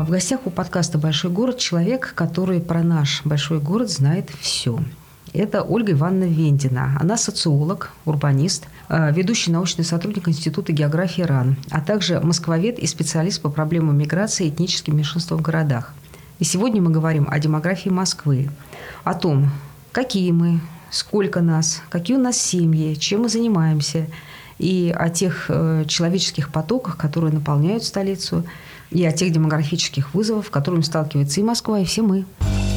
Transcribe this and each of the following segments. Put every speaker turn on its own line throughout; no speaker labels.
В гостях у подкаста «Большой город» человек, который про наш большой город знает все. Это Ольга Ивановна Вендина. Она социолог, урбанист, ведущий научный сотрудник Института географии РАН, а также москвовед и специалист по проблемам миграции и этническим меньшинствам в городах. И сегодня мы говорим о демографии Москвы, о том, какие мы, сколько нас, какие у нас семьи, чем мы занимаемся, и о тех человеческих потоках, которые наполняют столицу, и о тех демографических вызовах, с которыми сталкивается и Москва, и все мы.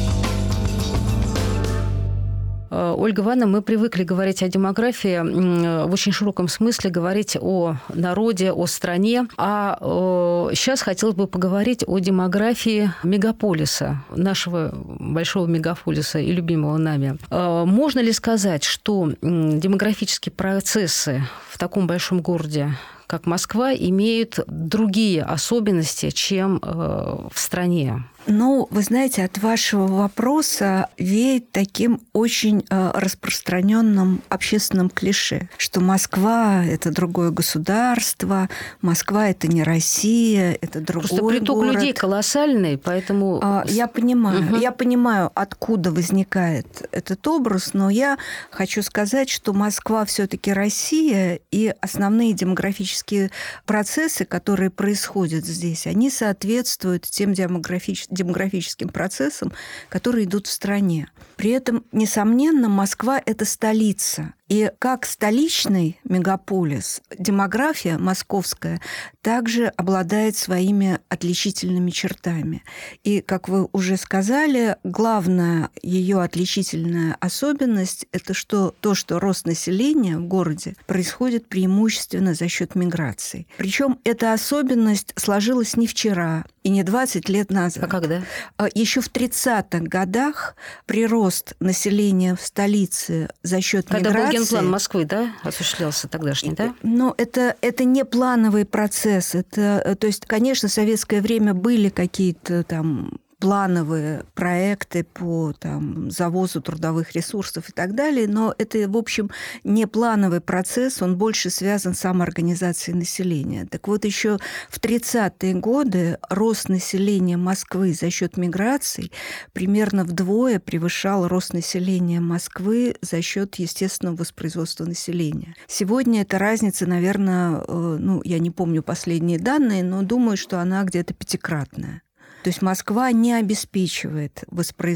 Ольга Ивановна, мы привыкли говорить о демографии в очень широком смысле, говорить о народе, о стране. А сейчас хотелось бы поговорить о демографии мегаполиса, нашего большого мегаполиса и любимого нами. Можно ли сказать, что демографические процессы в таком большом городе, как Москва, имеют другие особенности, чем в стране?
Ну, вы знаете, от вашего вопроса веет таким очень распространенным общественным клише, что Москва – это другое государство, Москва – это не Россия, это другой город.
Просто приток людей колоссальный, поэтому…
Я понимаю, откуда возникает этот образ, но я хочу сказать, что Москва все-таки Россия, и основные демографические процессы, которые происходят здесь, они соответствуют тем демографическим процессам, которые идут в стране. При этом, несомненно, Москва – это столица. И как столичный мегаполис, демография московская также обладает своими отличительными чертами. И, как вы уже сказали, главная ее отличительная особенность – это то, что рост населения в городе происходит преимущественно за счет миграции. Причем эта особенность сложилась не вчера и не 20 лет назад.
А когда?
Еще в 30-х годах прирост населения в столице за счет миграции.
Когда был генплан Москвы, да, осуществлялся тогдашний, да?
Но это не плановый процесс. То есть, конечно, в советское время были какие-то там плановые проекты по завозу трудовых ресурсов и так далее, но это, в общем, не плановый процесс, он больше связан с самоорганизацией населения. Так вот, еще в 30-е годы рост населения Москвы за счет миграций примерно вдвое превышал рост населения Москвы за счет естественного воспроизводства населения. Сегодня эта разница, наверное, я не помню последние данные, но думаю, что она где-то пятикратная. То есть Москва не обеспечивает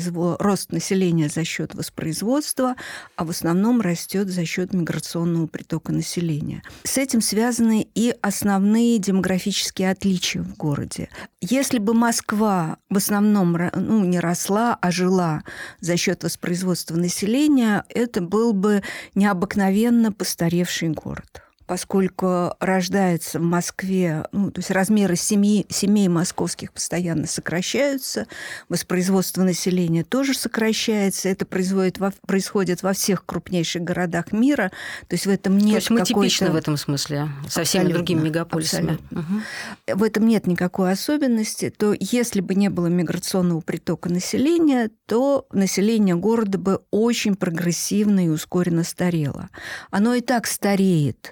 рост населения за счет воспроизводства, а в основном растет за счет миграционного притока населения. С этим связаны и основные демографические отличия в городе. Если бы Москва в основном не росла, а жила за счет воспроизводства населения, это был бы необыкновенно постаревший город. Поскольку рождается в Москве, то есть размеры семей московских постоянно сокращаются, воспроизводство населения тоже сокращается, это происходит во всех крупнейших городах мира, то есть в этом нет
какой-то… То есть мы типичны в этом смысле со всеми другими мегаполисами.
Угу. В этом нет никакой особенности, то если бы не было миграционного притока населения, то население города бы очень прогрессивно и ускоренно старело. Оно и так стареет.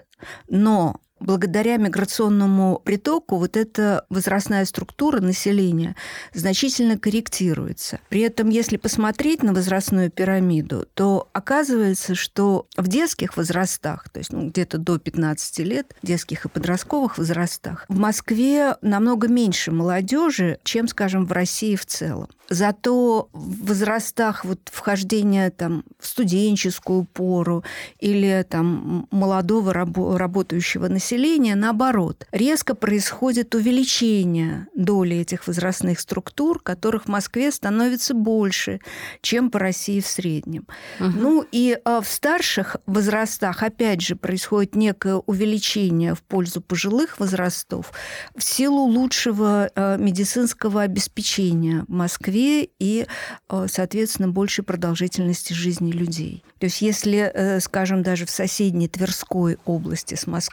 Но благодаря миграционному притоку вот эта возрастная структура населения значительно корректируется. При этом, если посмотреть на возрастную пирамиду, то оказывается, что в детских возрастах, то есть где-то до 15 лет, детских и подростковых возрастах, в Москве намного меньше молодежи, чем, скажем, в России в целом. Зато в возрастах вхождения в студенческую пору или молодого работающего населения, наоборот, резко происходит увеличение доли этих возрастных структур, которых в Москве становится больше, чем по России в среднем. Угу. И в старших возрастах, опять же, происходит некое увеличение в пользу пожилых возрастов в силу лучшего медицинского обеспечения в Москве и, соответственно, большей продолжительности жизни людей. То есть если, скажем, даже в соседней Тверской области с Москвой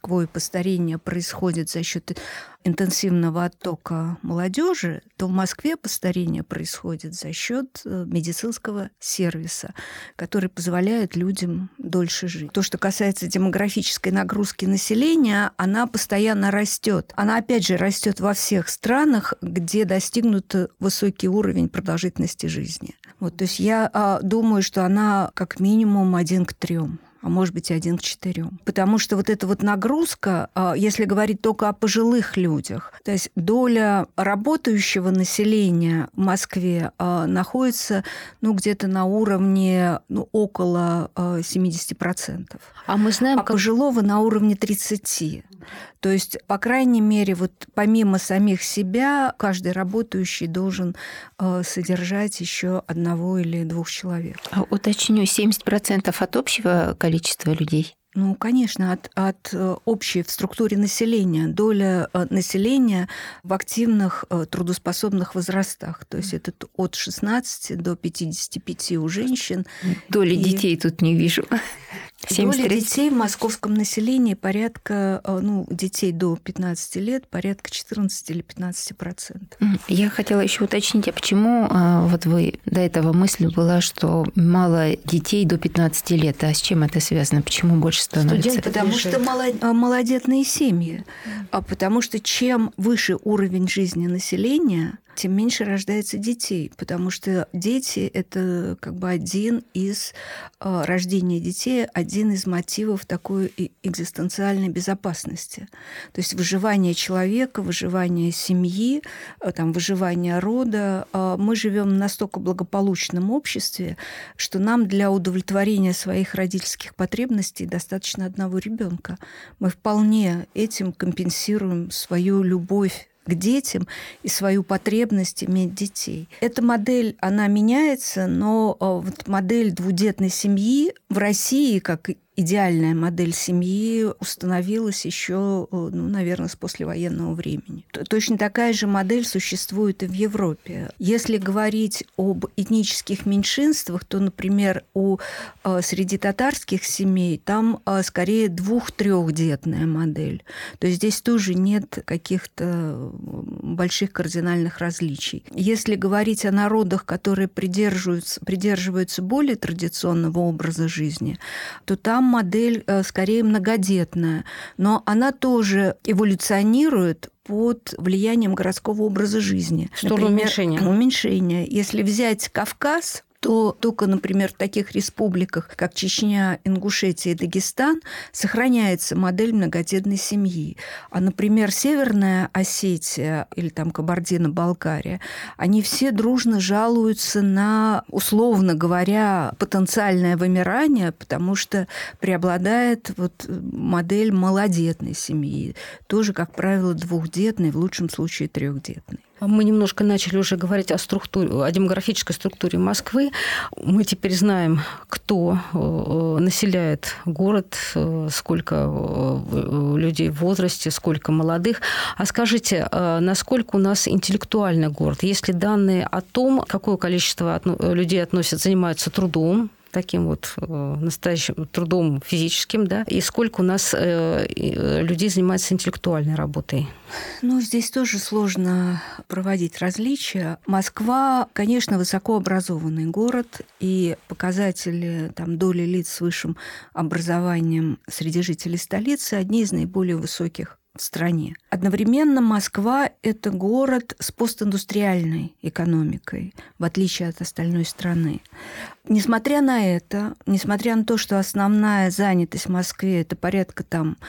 старение происходит за счет интенсивного оттока молодежи, то в Москве старение происходит за счет медицинского сервиса, который позволяет людям дольше жить. То, что касается демографической нагрузки населения, она постоянно растет. Она, опять же, растет во всех странах, где достигнут высокий уровень продолжительности жизни. Вот, то есть я думаю, что она как минимум 1:3. А может быть, 1:4. Потому что вот эта вот нагрузка, если говорить только о пожилых людях, то есть доля работающего населения в Москве находится где-то на уровне около 70%.
А мы знаем,
пожилого на уровне 30%. То есть, по крайней мере, вот помимо самих себя, каждый работающий должен содержать еще 1 или 2 человек.
Уточню, 70% от общего количества людей?
Ну, конечно, от общей в структуре населения, доля населения в активных трудоспособных возрастах. То есть это от 16 до 55 у женщин.
Доли детей тут не вижу.
Доля детей в московском населении порядка, детей до 15 лет, порядка 14 или 15%.
Я хотела еще уточнить, а почему вот вы до этого мысль была, что мало детей до 15 лет, а с чем это связано? Почему больше становится?
Потому что малодетные семьи. Потому что чем выше уровень жизни населения, тем меньше рождается детей, потому что дети – это как бы рождение детей – один из мотивов такой экзистенциальной безопасности. То есть выживание человека, выживание семьи, выживание рода. Мы живем в настолько благополучном обществе, что нам для удовлетворения своих родительских потребностей достаточно 1 ребенка. Мы вполне этим компенсируем свою любовь к детям и свою потребность иметь детей. Эта модель, она меняется, но вот модель двудетной семьи в России, как идеальная модель семьи, установилась еще, наверное, с послевоенного времени. Точно такая же модель существует и в Европе. Если говорить об этнических меньшинствах, то, например, среди татарских семей там скорее 2-3-детная модель. То есть здесь тоже нет каких-то больших кардинальных различий. Если говорить о народах, которые придерживаются более традиционного образа жизни, то там модель скорее многодетная, но она тоже эволюционирует под влиянием городского образа жизни.
В сторону
уменьшения. Если взять Кавказ, то только, например, в таких республиках, как Чечня, Ингушетия и Дагестан, сохраняется модель многодетной семьи. А, например, Северная Осетия или Кабардино-Балкария, они все дружно жалуются на, условно говоря, потенциальное вымирание, потому что преобладает модель малодетной семьи. Тоже, как правило, 2-детной, в лучшем случае 3-детной.
Мы немножко начали уже говорить о демографической структуре Москвы. Мы теперь знаем, кто населяет город, сколько людей в возрасте, сколько молодых. А скажите, насколько у нас интеллектуальный город? Есть ли данные о том, какое количество людей занимаются трудом, таким настоящим трудом физическим, да, и сколько у нас людей занимается интеллектуальной работой?
Здесь тоже сложно проводить различия. Москва, конечно, высокообразованный город, и показатели доли лиц с высшим образованием среди жителей столицы одни из наиболее высоких в стране. Одновременно Москва – это город с постиндустриальной экономикой, в отличие от остальной страны. Несмотря на это, несмотря на то, что основная занятость в Москве – это порядка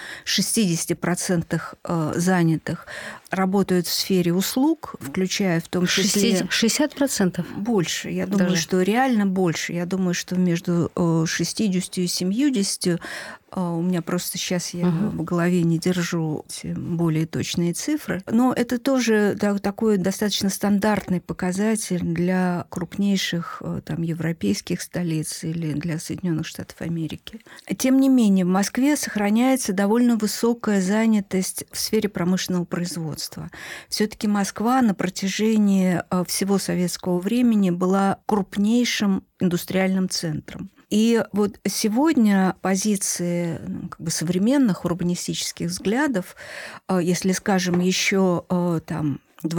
60% занятых, работают в сфере услуг, включая в том числе…
60%?
Больше. Я думаю, что реально больше. Я думаю, что между 60 и 70. У меня просто сейчас я в голове не держу более точные цифры. Но это тоже такой достаточно стандартный показатель для крупнейших европейских столиц или для Соединенных Штатов Америки. Тем не менее, в Москве сохраняется довольно высокая занятость в сфере промышленного производства. Все-таки Москва на протяжении всего советского времени была крупнейшим индустриальным центром. И вот сегодня позиции как бы современных урбанистических взглядов, если, скажем, еще там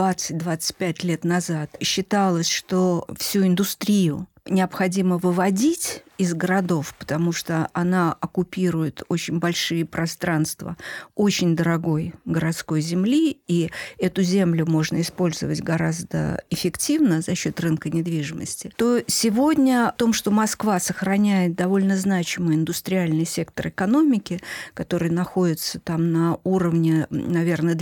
20-25 лет назад считалось, что всю индустрию необходимо выводить из городов, потому что она оккупирует очень большие пространства очень дорогой городской земли, и эту землю можно использовать гораздо эффективно за счет рынка недвижимости, то сегодня в том, что Москва сохраняет довольно значимый индустриальный сектор экономики, который находится там на уровне, наверное,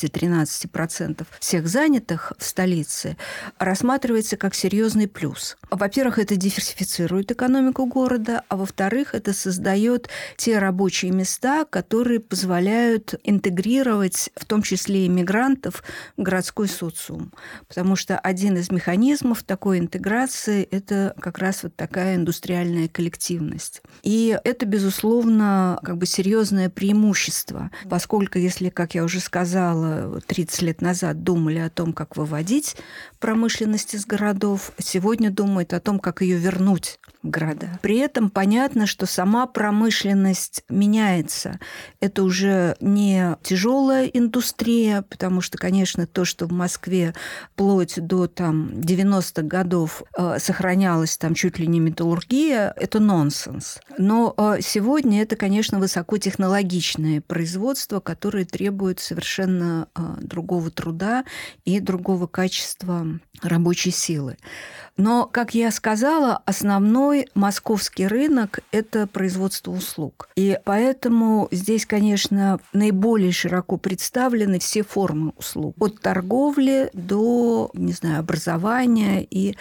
12-13% всех занятых в столице, рассматривается как серьезный плюс. Во-первых, это диверсифицирует экономику города, а во-вторых, это создает те рабочие места, которые позволяют интегрировать, в том числе и мигрантов, в городской социум. Потому что один из механизмов такой интеграции – это как раз вот такая индустриальная коллективность. И это, безусловно, как бы серьезное преимущество, поскольку если, как я уже сказала, 30 лет назад думали о том, как выводить промышленность из городов, сегодня думают о том, как ее вернуть в города. При этом понятно, что сама промышленность меняется. Это уже не тяжелая индустрия, потому что, конечно, то, что в Москве вплоть до 90-х годов сохранялась там чуть ли не металлургия, это нонсенс. Но сегодня это, конечно, высокотехнологичное производство, которое требует совершенно другого труда и другого качества рабочей силы. Но, как я сказала, основной московский рынок – это производство услуг. И поэтому здесь, конечно, наиболее широко представлены все формы услуг. От торговли до, не знаю, образования и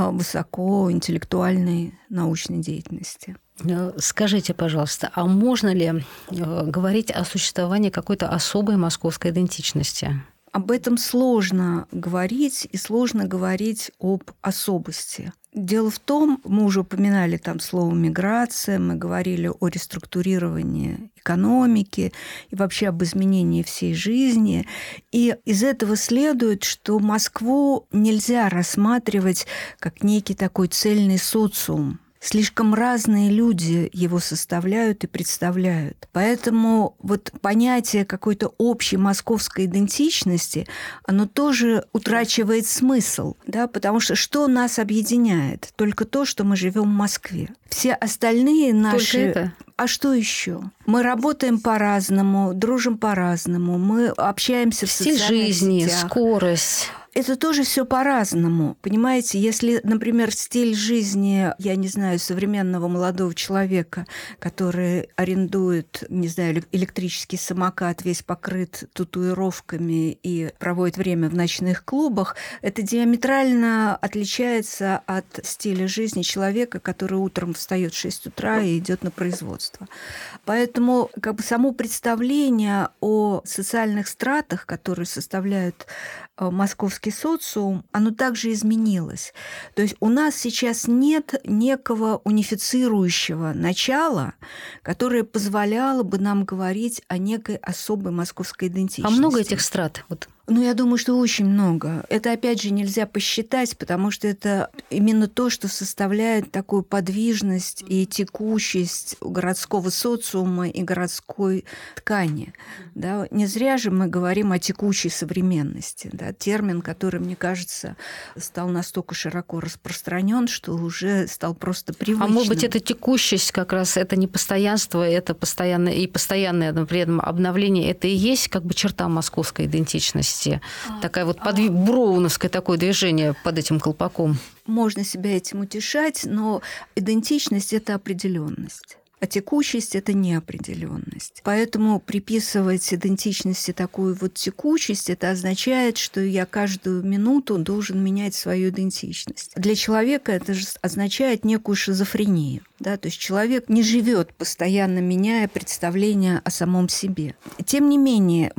высокоинтеллектуальной научной деятельности.
Скажите, пожалуйста, а можно ли говорить о существовании какой-то особой московской идентичности?
Об этом сложно говорить, и сложно говорить об особости. Дело в том, мы уже упоминали там слово «миграция», мы говорили о реструктурировании экономики и вообще об изменении всей жизни. И из этого следует, что Москву нельзя рассматривать как некий такой цельный социум. Слишком разные люди его составляют и представляют. Поэтому вот понятие какой-то общей московской идентичности, оно тоже утрачивает смысл, да, потому что нас объединяет? Только то, что мы живем в Москве. Все остальные наши...
Только это?
А что еще? Мы работаем по-разному, дружим по-разному, мы общаемся в социальных
сетях. Стиль жизни,
сетях.
скорость.
Это тоже все по-разному. Понимаете, если, например, стиль жизни, я не знаю, современного молодого человека, который арендует, не знаю, электрический самокат, весь покрыт татуировками и проводит время в ночных клубах, это диаметрально отличается от стиля жизни человека, который утром встает в 6 утра и идет на производство. Поэтому как бы само представление о социальных стратах, которые составляют московский социум, оно также изменилось. То есть у нас сейчас нет некого унифицирующего начала, которое позволяло бы нам говорить о некой особой московской идентичности.
А много этих страт?
Я думаю, что очень много. Это, опять же, нельзя посчитать, потому что это именно то, что составляет такую подвижность и текучесть городского социума и городской ткани. Да? Не зря же мы говорим о текучей современности. Да? Термин, который, мне кажется, стал настолько широко распространен, что уже стал просто привычным.
А может быть, эта текущесть как раз это не постоянство, это постоянное при этом обновление, это и есть как бы черта московской идентичности. Такая вот броуновское такое движение под этим колпаком.
Можно себя этим утешать, но идентичность – это определенность. А текучесть – это неопределенность. Поэтому приписывать идентичности такую вот текучесть, это означает, что я каждую минуту должен менять свою идентичность. Для человека это же означает некую шизофрению. Да? То есть человек не живет постоянно меняя представление о самом себе. Тем не менее,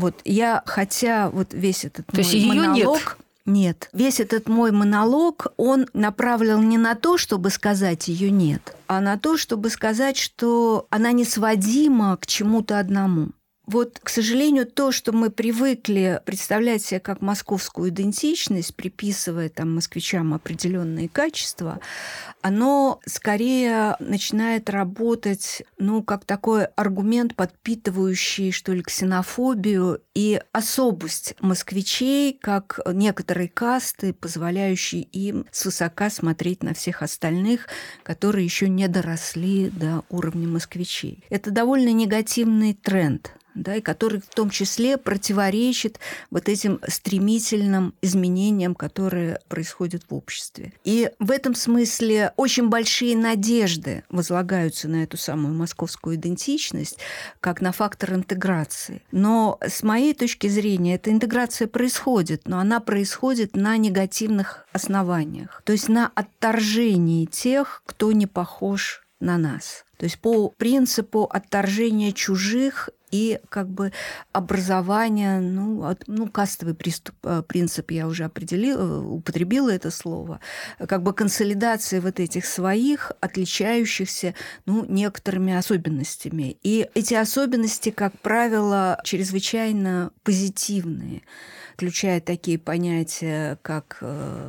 хотя весь этот
мой монолог...
Нет. Весь этот мой монолог, он направлен не на то, чтобы сказать ее нет, а на то, чтобы сказать, что она не сводима к чему-то одному. Вот, к сожалению, то, что мы привыкли представлять себе как московскую идентичность, приписывая там москвичам определенные качества, оно скорее начинает работать, как такой аргумент, подпитывающий, что ли, ксенофобию и особость москвичей, как некоторые касты, позволяющие им свысока смотреть на всех остальных, которые еще не доросли до уровня москвичей. Это довольно негативный тренд, да, и который в том числе противоречит вот этим стремительным изменениям, которые происходят в обществе. И в этом смысле очень большие надежды возлагаются на эту самую московскую идентичность, как на фактор интеграции. Но с моей точки зрения эта интеграция происходит, но она происходит на негативных основаниях, то есть на отторжении тех, кто не похож на нас. То есть по принципу отторжения чужих и образования, кастовый принцип, я уже употребила это слово, консолидации вот этих своих, отличающихся некоторыми особенностями. И эти особенности, как правило, чрезвычайно позитивные, включая такие понятия, как,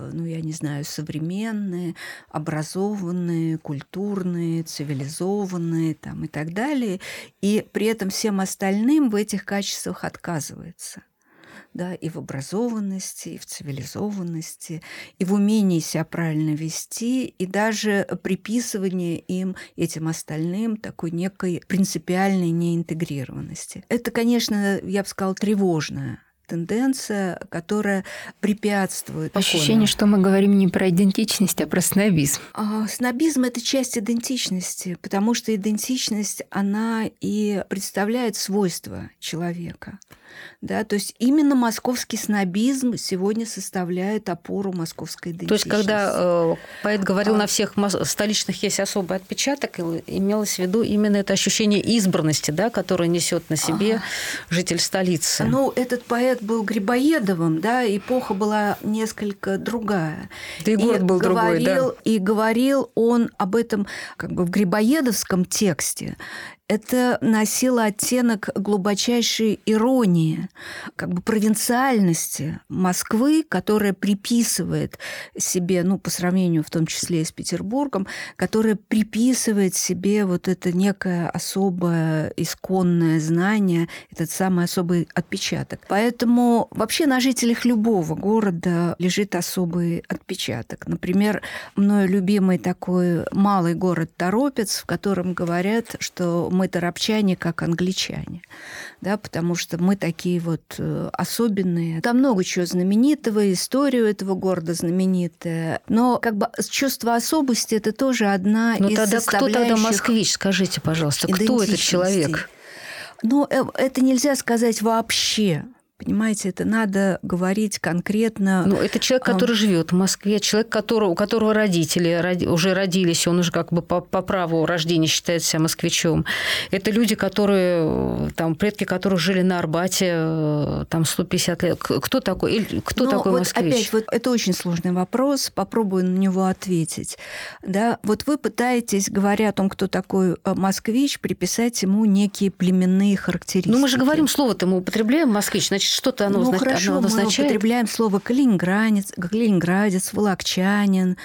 современные, образованные, культурные, цивилизованные и так далее. И при этом всем остальным в этих качествах отказывается. Да, и в образованности, и в цивилизованности, и в умении себя правильно вести, и даже приписывание им, этим остальным, такой некой принципиальной неинтегрированности. Это, конечно, я бы сказала, тревожная тенденция, которая препятствует...
Ощущение, что мы говорим не про идентичность, а про снобизм.
Снобизм – это часть идентичности, потому что идентичность, она и представляет свойства человека. Да, то есть именно московский снобизм сегодня составляет опору московской идентичности.
То есть когда поэт говорил, на всех столичных есть особый отпечаток, имелось в виду именно это ощущение избранности, да, которое несет на себе житель столицы.
Этот поэт был Грибоедовым, да, эпоха была несколько другая.
Да и город был другой, да.
И говорил он об этом в грибоедовском тексте. Это носило оттенок глубочайшей иронии, провинциальности Москвы, которая приписывает себе, по сравнению в том числе и с Петербургом, которая приписывает себе вот это некое особое исконное знание, этот самый особый отпечаток. Поэтому вообще на жителях любого города лежит особый отпечаток. Например, мною любимый такой малый город Торопец, в котором говорят, что мы торопчане, как англичане, да, потому что мы такие особенные. Там много чего знаменитого, история этого города знаменитая, но чувство особости – это тоже одна из
тогда
составляющих.
Кто тогда москвич? Скажите, пожалуйста, кто этот человек?
Это нельзя сказать вообще. Понимаете, это надо говорить конкретно.
Это человек, который живет в Москве, человек, у которого родители уже родились, он уже по праву рождения считает себя москвичом. Это люди, предки которых жили на Арбате 150 лет. Кто такой? Такой москвич?
Опять, это очень сложный вопрос, попробую на него ответить. Да? Вы пытаетесь, говоря о том, кто такой москвич, приписать ему некие племенные характеристики.
Мы же говорим, слово-то мы употребляем «москвич», значит, что-то оно означает.
Мы употребляем слово калининградец, волокчанин,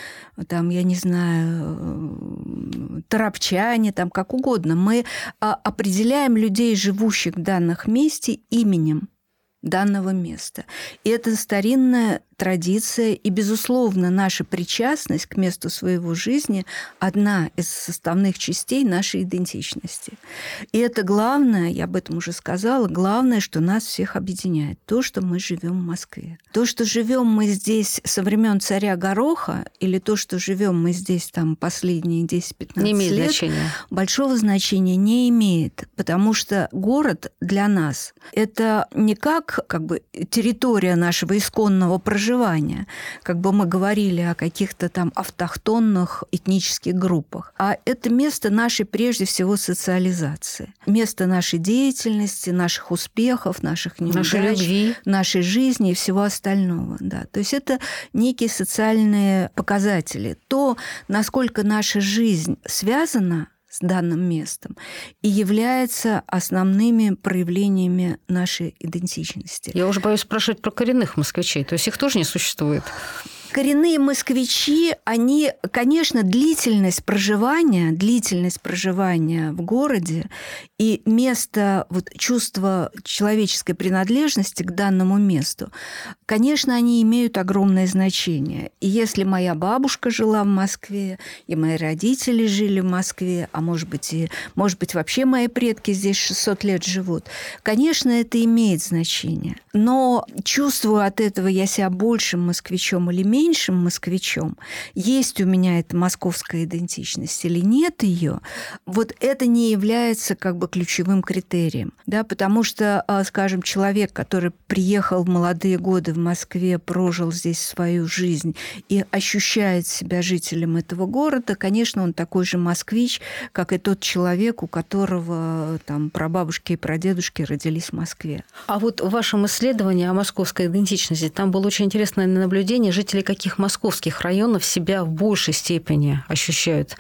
торопчане, как угодно. Мы определяем людей, живущих в данном месте, именем данного места. И это старинная традиция, и, безусловно, наша причастность к месту своего жизни – одна из составных частей нашей идентичности. И это главное, я об этом уже сказала, главное, что нас всех объединяет – то, что мы живем в Москве. То, что живем мы здесь со времен царя Гороха, или то, что живем мы здесь последние 10-15
не имеет
лет,
значения.
Большого значения не имеет, потому что город для нас – это не как территория нашего исконного проживания, мы говорили о каких-то автохтонных этнических группах. А это место нашей, прежде всего, социализации. Место нашей деятельности, наших успехов, наших неудач,
нашей любви,
нашей жизни и всего остального. Да. То есть это некие социальные показатели. То, насколько наша жизнь связана с данным местом и является основными проявлениями нашей идентичности.
Я уже боюсь спрашивать про коренных москвичей, то есть их тоже не существует?
Коренные москвичи, они, конечно, длительность проживания в городе и место, чувство человеческой принадлежности к данному месту, конечно, они имеют огромное значение. И если моя бабушка жила в Москве, и мои родители жили в Москве, а может быть, вообще мои предки здесь 600 лет живут, конечно, это имеет значение. Но чувствую от этого я себя большим москвичом или меньшим москвичом, есть у меня эта московская идентичность или нет ее, это не является ключевым критерием. Да, потому что, скажем, человек, который приехал в молодые годы в Москве, прожил здесь свою жизнь и ощущает себя жителем этого города, конечно, он такой же москвич, как и тот человек, у которого прабабушки и прадедушки родились в Москве.
А в вашем исследовании о московской идентичности там было очень интересное наблюдение, жители каких московских районов себя в большей степени ощущают?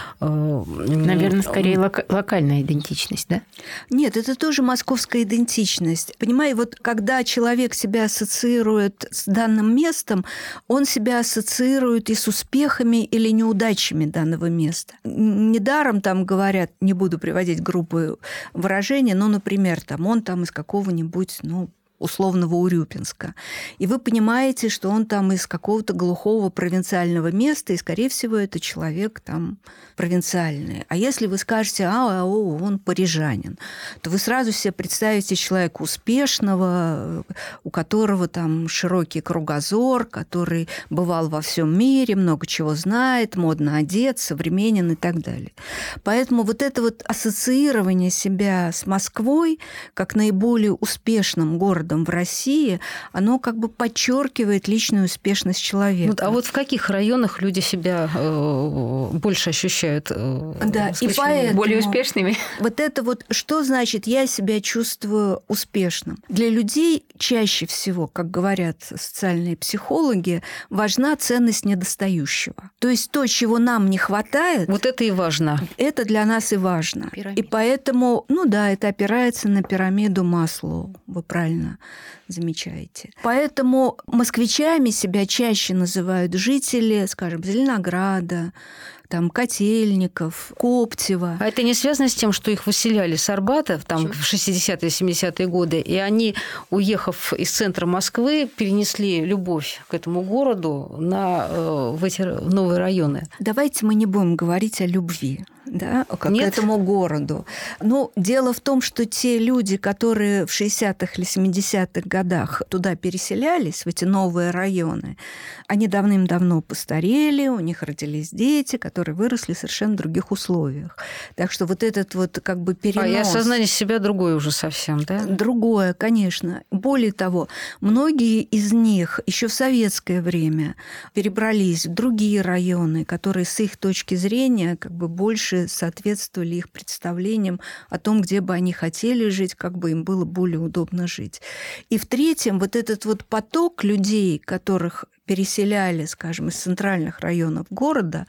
Наверное, скорее локальная идентичность, да?
Нет, это тоже московская идентичность. Понимаете, когда человек себя ассоциирует с данным местом, он себя ассоциирует и с успехами или неудачами данного места. Недаром говорят, не буду приводить грубые выражения, но, например, он из какого-нибудь, условного Урюпинска. И вы понимаете, что он из какого-то глухого провинциального места, и, скорее всего, это человек провинциальный. А если вы скажете, он парижанин, то вы сразу себе представите человека успешного, у которого широкий кругозор, который бывал во всем мире, много чего знает, модно одет, современен и так далее. Поэтому это ассоциирование себя с Москвой как наиболее успешным городом в России, оно подчеркивает личную успешность человека.
А в каких районах люди себя больше ощущают
и поэтому
более успешными?
Что значит «я себя чувствую успешным»? Для людей чаще всего, как говорят социальные психологи, важна ценность недостающего. То есть то, чего нам не хватает...
это и важно.
Это для нас и важно.
Пирамида.
И поэтому, это опирается на пирамиду Маслоу. Вы правильно замечаете. Поэтому москвичами себя чаще называют жители, скажем, Зеленограда, Котельников, Коптева.
А это не связано с тем, что их выселяли с Арбата в 60-е, 70-е годы, и они, уехав из центра Москвы, перенесли любовь к этому городу в эти новые районы?
Давайте мы не будем говорить о любви. К этому городу. Дело в том, что те люди, которые в 60-х или 70-х годах туда переселялись, в эти новые районы, они давным-давно постарели, у них родились дети, которые выросли в совершенно других условиях. Так что этот перенос...
И осознание себя другое уже совсем, да?
Другое, конечно. Более того, многие из них еще в советское время перебрались в другие районы, которые с их точки зрения больше соответствовали их представлениям о том, где бы они хотели жить, как бы им было более удобно жить. И в-третьем, этот поток людей, которых переселяли, скажем, из центральных районов города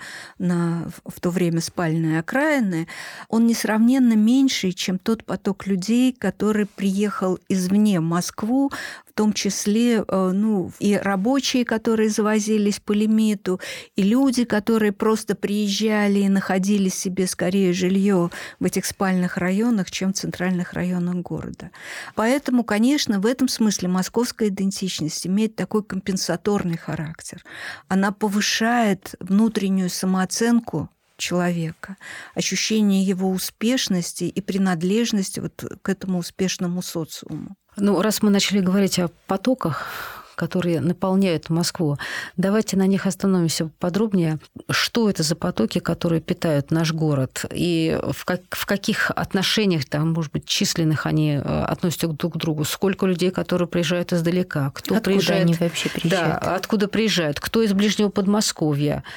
в то время спальные окраины, он несравненно меньше, чем тот поток людей, который приехал извне в Москву, в том числе и рабочие, которые завозились по лимиту, и люди, которые просто приезжали и находили себе скорее жилье в этих спальных районах, чем в центральных районах города. Поэтому, конечно, в этом смысле московская идентичность имеет такой компенсаторный характер. Она повышает внутреннюю самооценку человека, ощущение его успешности и принадлежности к этому успешному социуму.
Раз мы начали говорить о потоках, которые наполняют Москву, давайте на них остановимся подробнее. Что это за потоки, которые питают наш город? И в каких отношениях, может быть, численных они относятся друг к другу? Сколько людей, которые приезжают издалека? Кто
откуда
приезжает?
Они вообще приезжают?
Да, откуда приезжают? Кто из ближнего Подмосковья?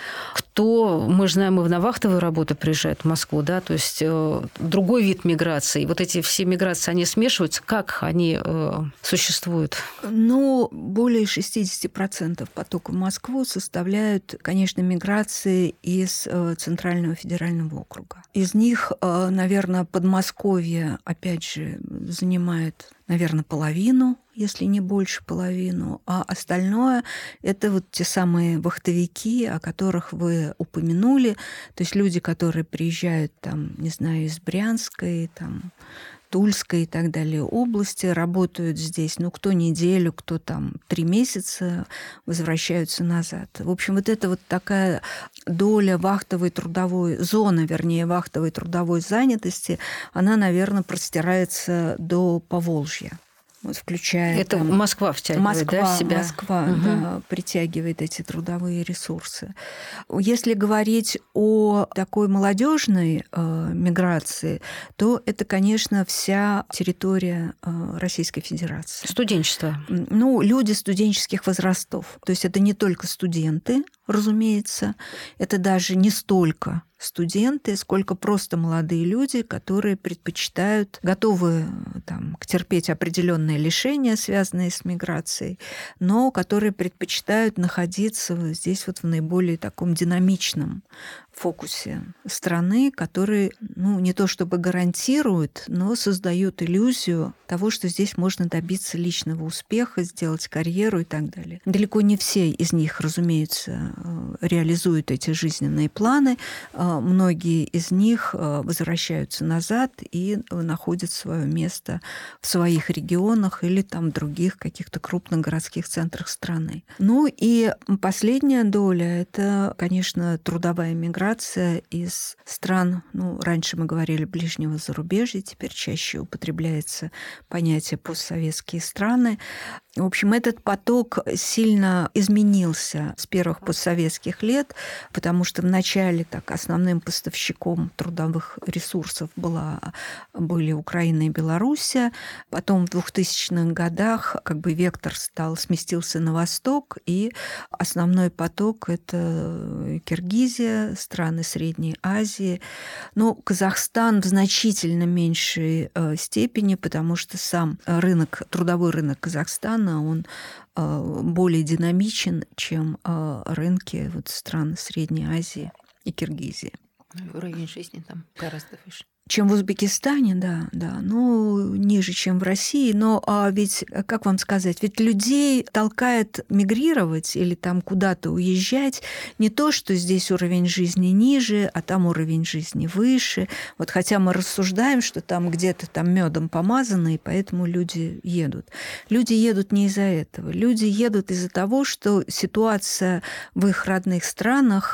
Мы же знаем, и в навахтовую работу приезжают в Москву, да, то есть другой вид миграции. Эти все миграции, они смешиваются. Как они существуют?
Более более 60% потока в Москву составляют, конечно, миграции из Центрального федерального округа. Из них, наверное, Подмосковье, опять же, занимает, наверное, половину, если не больше половину, а остальное – это вот те самые вахтовики, о которых вы упомянули, то есть люди, которые приезжают, там, не знаю, из Брянской, там, Тульской и так далее области, работают здесь, кто неделю, кто там 3 месяца, возвращаются назад. В общем, вот это вот такая доля вахтовой трудовой, зона, вернее, вахтовой трудовой занятости, она, наверное, простирается до Поволжья. Вот включая...
Это там, Москва втягивает,
в себя?
Москва,
да, притягивает эти трудовые ресурсы. Если говорить о такой молодежной миграции, то это, конечно, вся территория Российской Федерации.
Студенчество.
Люди студенческих возрастов. То есть это не только студенты, разумеется, это даже не столько студенты, сколько просто молодые люди, которые предпочитают, готовы терпеть определенные лишения, связанные с миграцией, но которые предпочитают находиться здесь в наиболее таком динамичном фокусе страны, который, не то чтобы гарантирует, но создает иллюзию того, что здесь можно добиться личного успеха, сделать карьеру и так далее. Далеко не все из них, разумеется, реализуют эти жизненные планы. Многие из них возвращаются назад и находят свое место в своих регионах или в других каких-то крупных городских центрах страны. И последняя доля – это, конечно, трудовая миграция из стран, раньше мы говорили ближнего зарубежья, теперь чаще употребляется понятие постсоветские страны. В общем, этот поток сильно изменился с первых постсоветских лет, потому что вначале основным поставщиком трудовых ресурсов были Украина и Белоруссия. Потом в 2000-х годах вектор сместился на восток, и основной поток – это Киргизия, страны Средней Азии. Казахстан в значительно меньшей степени, потому что сам трудовой рынок Казахстана, он более динамичен, чем рынки стран Средней Азии и Киргизии.
Уровень жизни там гораздо выше.
Чем в Узбекистане, да, ниже, чем в России. Но ведь, как вам сказать, ведь людей толкает мигрировать или куда-то уезжать не то, что здесь уровень жизни ниже, а там уровень жизни выше. Хотя мы рассуждаем, что там где-то медом помазано, и поэтому люди едут. Люди едут не из-за этого. Люди едут из-за того, что ситуация в их родных странах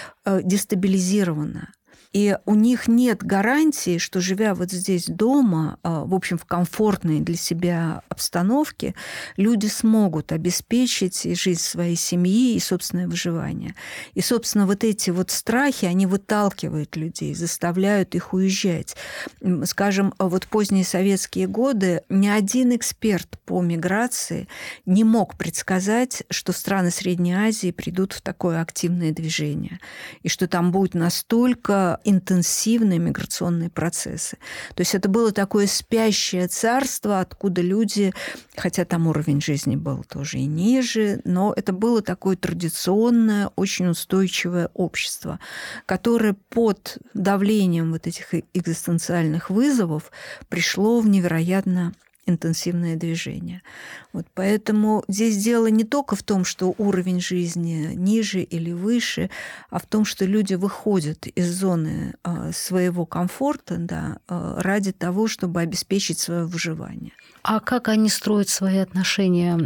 дестабилизирована. И у них нет гарантии, что, живя здесь дома, в общем, в комфортной для себя обстановке, люди смогут обеспечить и жизнь своей семьи, и собственное выживание. И, собственно, эти страхи, они выталкивают людей, заставляют их уезжать. Скажем, поздние советские годы ни один эксперт по миграции не мог предсказать, что страны Средней Азии придут в такое активное движение, и что там будет настолько интенсивные миграционные процессы. То есть это было такое спящее царство, откуда люди, хотя там уровень жизни был тоже и ниже, но это было такое традиционное, очень устойчивое общество, которое под давлением этих экзистенциальных вызовов пришло в невероятно интенсивное движение. Поэтому здесь дело не только в том, что уровень жизни ниже или выше, а в том, что люди выходят из зоны своего комфорта, ради того, чтобы обеспечить свое выживание.
А как они строят свои отношения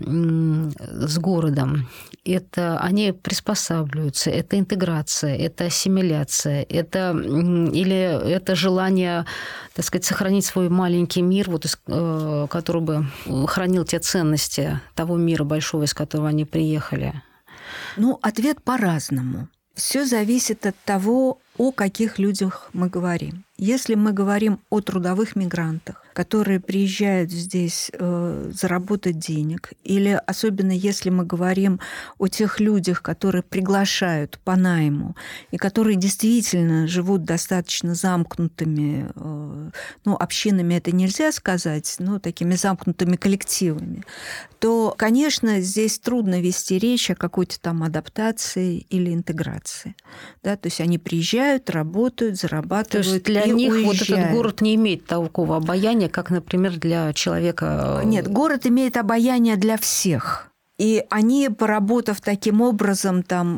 с городом? Это они приспосабливаются, это интеграция, это ассимиляция, или это желание, так сказать, сохранить свой маленький мир, который бы хранил те ценности того мира большого, из которого они приехали?
Ответ по-разному. Все зависит от того, о каких людях мы говорим. Если мы говорим о трудовых мигрантах, которые приезжают здесь заработать денег, или особенно если мы говорим о тех людях, которые приглашают по найму, и которые действительно живут достаточно замкнутыми, общинами это нельзя сказать, но такими замкнутыми коллективами, то, конечно, здесь трудно вести речь о какой-то там адаптации или интеграции. Да? То есть они приезжают, работают, зарабатывают.
То есть для
и
них
уезжают.
вот этот город не имеет такого обаяния, как, например, для человека...
Нет, город имеет обаяние для всех. И они, поработав таким образом там,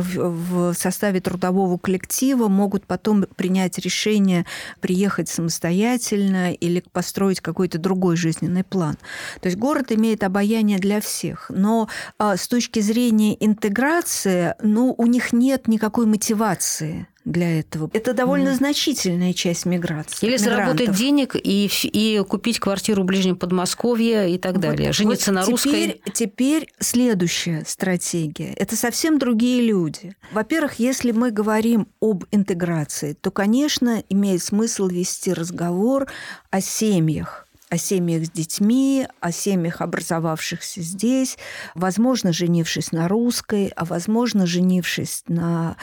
в составе трудового коллектива, могут потом принять решение приехать самостоятельно или построить какой-то другой жизненный план. То есть город имеет обаяние для всех. Но с точки зрения интеграции, у них нет никакой мотивации для этого. Это довольно значительная часть миграции.
Или заработать денег и купить квартиру в ближнем Подмосковье и так далее. Жениться на русской.
Теперь следующая стратегия. Это совсем другие люди. Во-первых, если мы говорим об интеграции, то, конечно, имеет смысл вести разговор о семьях с детьми, о семьях, образовавшихся здесь, возможно, женившись на русской, а возможно, женившись на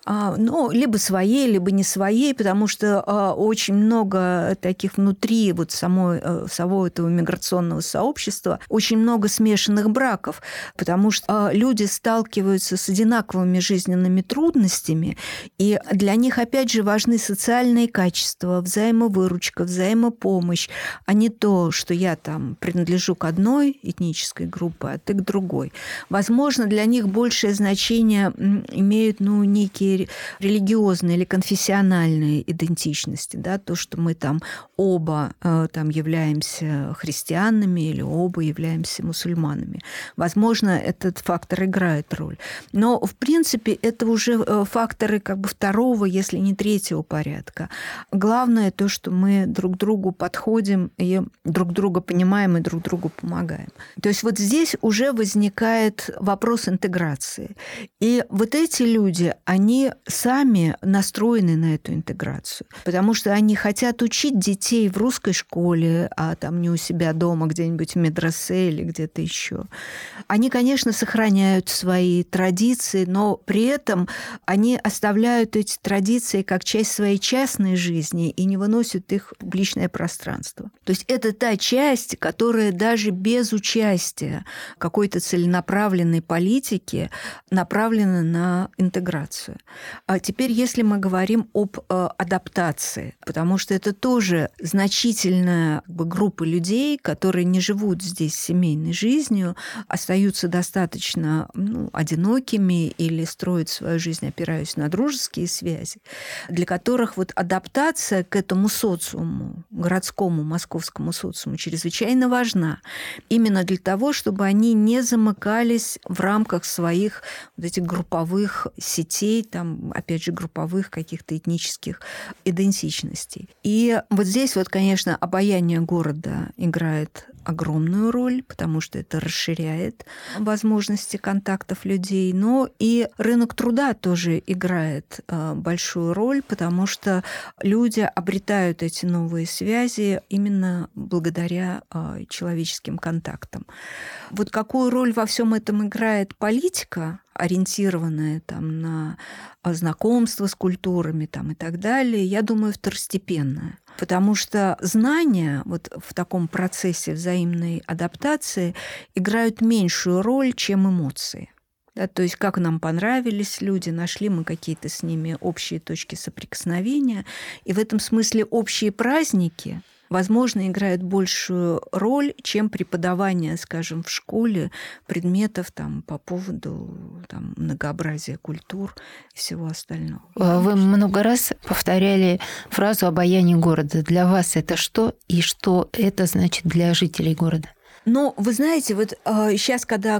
либо своей, либо не своей, потому что очень много таких внутри самого этого миграционного сообщества, очень много смешанных браков, потому что люди сталкиваются с одинаковыми жизненными трудностями, и для них, опять же, важны социальные качества, взаимовыручка, взаимопомощь, а не то, что я там принадлежу к одной этнической группе, а ты к другой. Возможно, для них большее значение имеют некие религиозные или конфессиональные идентичности, да, то, что мы там оба там являемся христианами или оба являемся мусульманами. Возможно, этот фактор играет роль. Но, в принципе, это уже факторы второго, если не третьего порядка. Главное то, что мы друг к другу подходим и друг друга понимаем и друг другу помогаем. То есть вот здесь уже возникает вопрос интеграции. И вот эти люди, они сами настроены на эту интеграцию, потому что они хотят учить детей в русской школе, а там не у себя дома, где-нибудь в медресе или где-то еще. Они, конечно, сохраняют свои традиции, но при этом они оставляют эти традиции как часть своей частной жизни и не выносят их в публичное пространство. То есть это та часть, которая даже без участия какой-то целенаправленной политики направлена на интеграцию. А теперь, если мы говорим об адаптации, потому что это тоже значительная группа людей, которые не живут здесь семейной жизнью, остаются достаточно одинокими или строят свою жизнь, опираясь на дружеские связи, для которых вот адаптация к этому социуму, городскому, московскому социуму, чрезвычайно важна. Именно для того, чтобы они не замыкались в рамках своих вот этих групповых сетей, там, опять же, групповых каких-то этнических идентичностей. И вот здесь вот, конечно, обаяние города играет огромную роль, потому что это расширяет возможности контактов людей, но и рынок труда тоже играет большую роль, потому что люди обретают эти новые связи именно благодаря человеческим контактам. Вот какую роль во всем этом играет политика, ориентированная там на знакомство с культурами там, и так далее, я думаю, второстепенная. Потому что знания вот в таком процессе взаимной адаптации играют меньшую роль, чем эмоции. Да, то есть как нам понравились люди, нашли мы какие-то с ними общие точки соприкосновения. И в этом смысле общие праздники, возможно, играют большую роль, чем преподавание, скажем, в школе предметов там, по поводу там, многообразия культур и всего остального.
Вы много раз повторяли фразу «обаяние города». Для вас это что и что это значит для жителей города?
Но вы знаете, вот сейчас, когда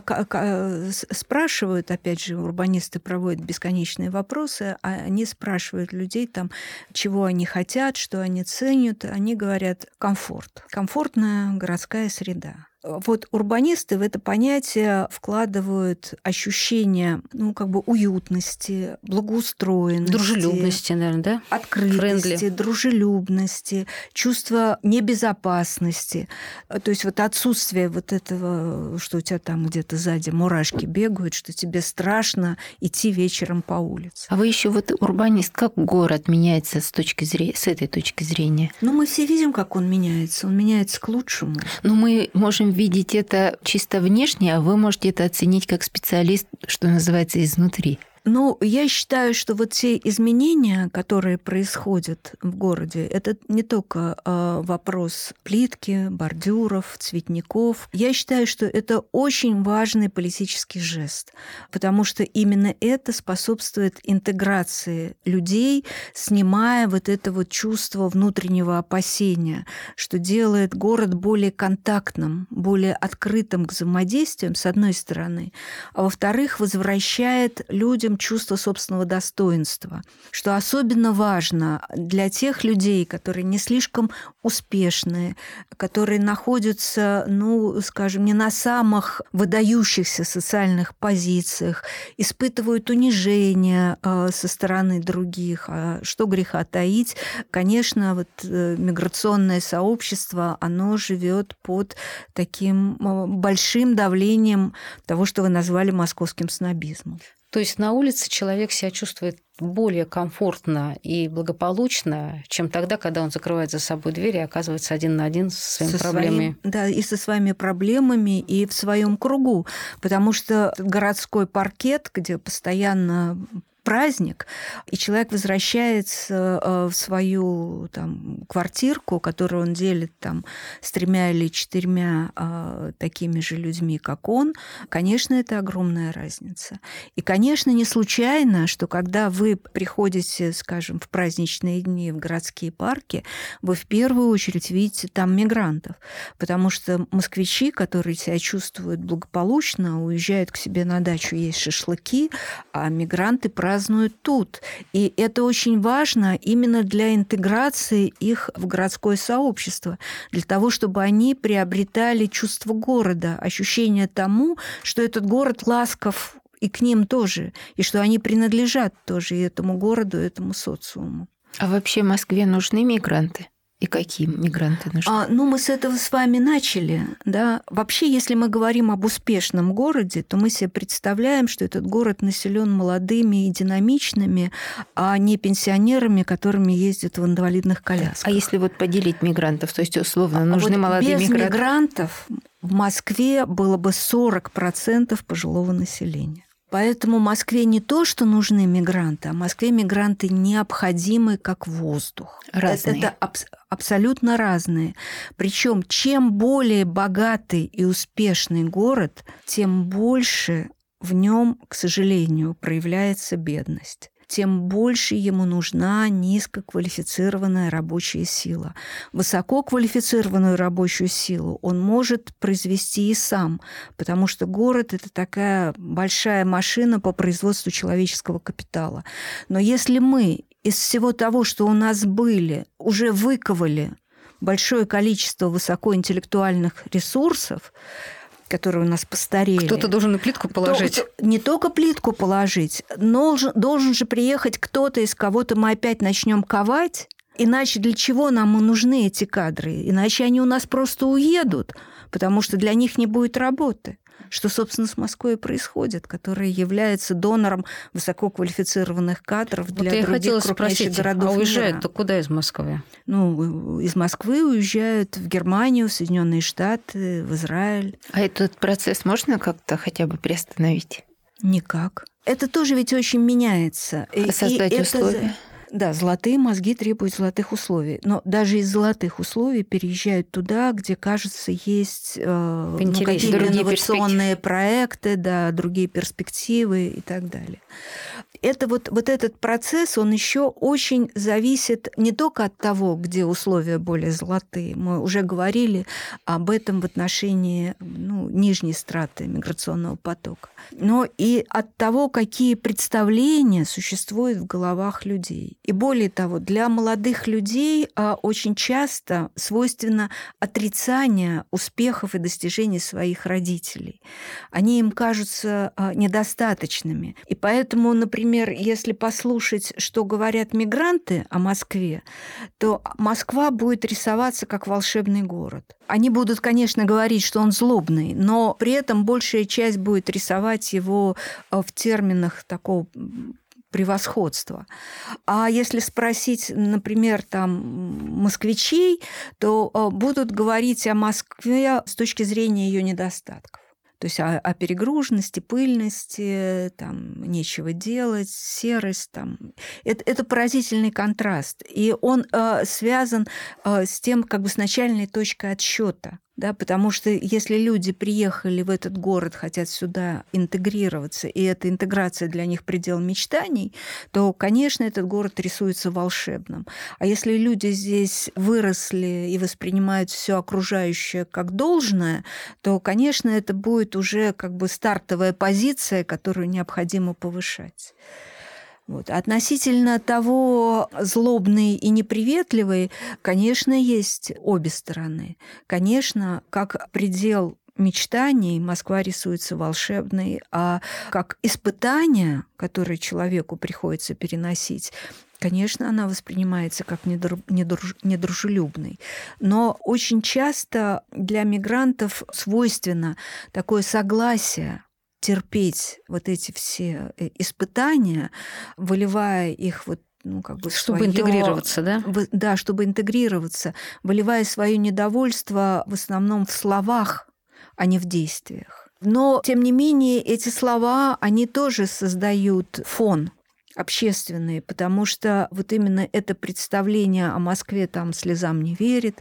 спрашивают, опять же, урбанисты проводят бесконечные вопросы, они спрашивают людей, там, чего они хотят, что они ценят, они говорят комфорт, комфортная городская среда. Вот урбанисты в это понятие вкладывают ощущение, уютности, благоустроенности.
Дружелюбности, наверное, да?
Открытости,
Френдли.
дружелюбности, чувство небезопасности. То есть вот отсутствие вот этого, что у тебя там где-то сзади мурашки бегают, что тебе страшно идти вечером по улице.
А вы еще вот урбанист, как город меняется с этой точки зрения?
Мы все видим, как он меняется. Он меняется к лучшему.
Но мы можем видеть это чисто внешне, а вы можете это оценить как специалист, что называется, изнутри.
Я считаю, что вот те изменения, которые происходят в городе, это не только вопрос плитки, бордюров, цветников. Я считаю, что это очень важный политический жест, потому что именно это способствует интеграции людей, снимая вот это вот чувство внутреннего опасения, что делает город более контактным, более открытым к взаимодействиям, с одной стороны, а во-вторых, возвращает людям чувство собственного достоинства, что особенно важно для тех людей, которые не слишком успешные, которые находятся, не на самых выдающихся социальных позициях, испытывают унижение со стороны других. А что греха таить? Конечно, миграционное сообщество, оно живет под таким большим давлением того, что вы назвали московским снобизмом.
То есть на улице человек себя чувствует более комфортно и благополучно, чем тогда, когда он закрывает за собой дверь и оказывается один на один со своими проблемами.
И со своими проблемами, и в своем кругу. Потому что городской паркет, где постоянно праздник, и человек возвращается в свою квартирку, которую он делит с 3 или 4 такими же людьми, как он, конечно, это огромная разница. И, конечно, не случайно, что когда вы приходите, скажем, в праздничные дни в городские парки, вы в первую очередь видите там мигрантов, потому что москвичи, которые себя чувствуют благополучно, уезжают к себе на дачу есть шашлыки, а мигранты празднуют тут. И это очень важно именно для интеграции их в городское сообщество, для того, чтобы они приобретали чувство города, ощущение тому, что этот город ласков и к ним тоже, и что они принадлежат тоже и этому городу, и этому социуму.
А вообще Москве нужны мигранты? И какие мигранты нужны?
Мы с этого с вами начали. Да? Вообще, если мы говорим об успешном городе, то мы себе представляем, что этот город населен молодыми и динамичными, а не пенсионерами, которыми ездят в инвалидных колясках.
А если поделить мигрантов, то есть условно нужны молодые
без
мигранты?
Мигрантов в Москве было бы 40% пожилого населения. Поэтому Москве не то, что нужны мигранты, а Москве мигранты необходимы как воздух.
Разные.
Это абсолютно разные. Причем чем более богатый и успешный город, тем больше в нем, к сожалению, проявляется бедность. Тем больше ему нужна низкоквалифицированная рабочая сила. Высококвалифицированную рабочую силу он может произвести и сам, потому что город – это такая большая машина по производству человеческого капитала. Но если мы из всего того, что у нас были, уже выковали большое количество высокоинтеллектуальных ресурсов, которые у нас постарели.
Кто-то должен и плитку положить.
Не только плитку положить, но должен же приехать кто-то, из кого-то мы опять начнем ковать. Иначе для чего нам нужны эти кадры? Иначе они у нас просто уедут, потому что для них не будет работы. Что, собственно, с Москвой и происходит, которая является донором высококвалифицированных кадров для других крупнейших городов мира.
А уезжают-то куда из Москвы?
Из Москвы уезжают в Германию, в Соединенные Штаты, в Израиль.
А этот процесс можно как-то хотя бы приостановить?
Никак. Это тоже ведь очень меняется.
Создать условия?
Да, золотые мозги требуют золотых условий. Но даже из золотых условий переезжают туда, где, кажется, есть какие-то инновационные проекты, да, другие перспективы и так далее. это вот этот процесс, он еще очень зависит не только от того, где условия более золотые. Мы уже говорили об этом в отношении нижней страты миграционного потока, но и от того, какие представления существуют в головах людей. И более того, для молодых людей очень часто свойственно отрицание успехов и достижений своих родителей. Они им кажутся недостаточными. И поэтому, например, если послушать, что говорят мигранты о Москве, то Москва будет рисоваться как волшебный город. Они будут, конечно, говорить, что он злобный, но при этом большая часть будет рисовать его в терминах такого превосходства. А если спросить, например, москвичей, то будут говорить о Москве с точки зрения ее недостатков. То есть о перегруженности, пыльности, нечего делать, серость. Это поразительный контраст. И он связан с тем, с начальной точкой отсчета. Да, потому что если люди приехали в этот город, хотят сюда интегрироваться, и эта интеграция для них предел мечтаний, то, конечно, этот город рисуется волшебным. А если люди здесь выросли и воспринимают все окружающее как должное, то, конечно, это будет уже стартовая позиция, которую необходимо повышать. Относительно того, злобный и неприветливый, конечно, есть обе стороны. Конечно, как предел мечтаний Москва рисуется волшебной, а как испытание, которое человеку приходится переносить, конечно, она воспринимается как недружелюбной. Но очень часто для мигрантов свойственно такое согласие терпеть эти все испытания, выливая их
чтобы интегрироваться, да?
Да, чтобы интегрироваться, выливая свое недовольство в основном в словах, а не в действиях. Но, тем не менее, эти слова, они тоже создают фон общественные, потому что именно это представление о Москве слезам не верит,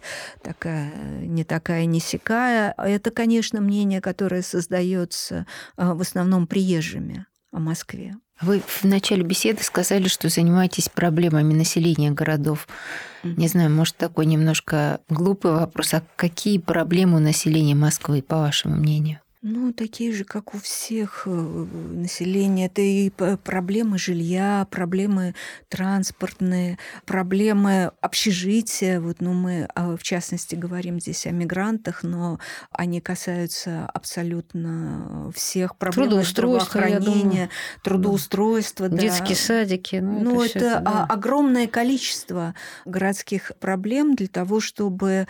не такая, не сякая. Это, конечно, мнение, которое создается в основном приезжими о Москве.
Вы в начале беседы сказали, что занимаетесь проблемами населения городов. Не знаю, может, такой немножко глупый вопрос. А какие проблемы у населения Москвы, по вашему мнению?
Такие же, как у всех населения. Это и проблемы жилья, проблемы транспортные, проблемы общежития. Мы, в частности, говорим здесь о мигрантах, но они касаются абсолютно всех. Проблемы здравоохранения, трудоустройства.
Детские садики.
Это огромное количество городских проблем для того, чтобы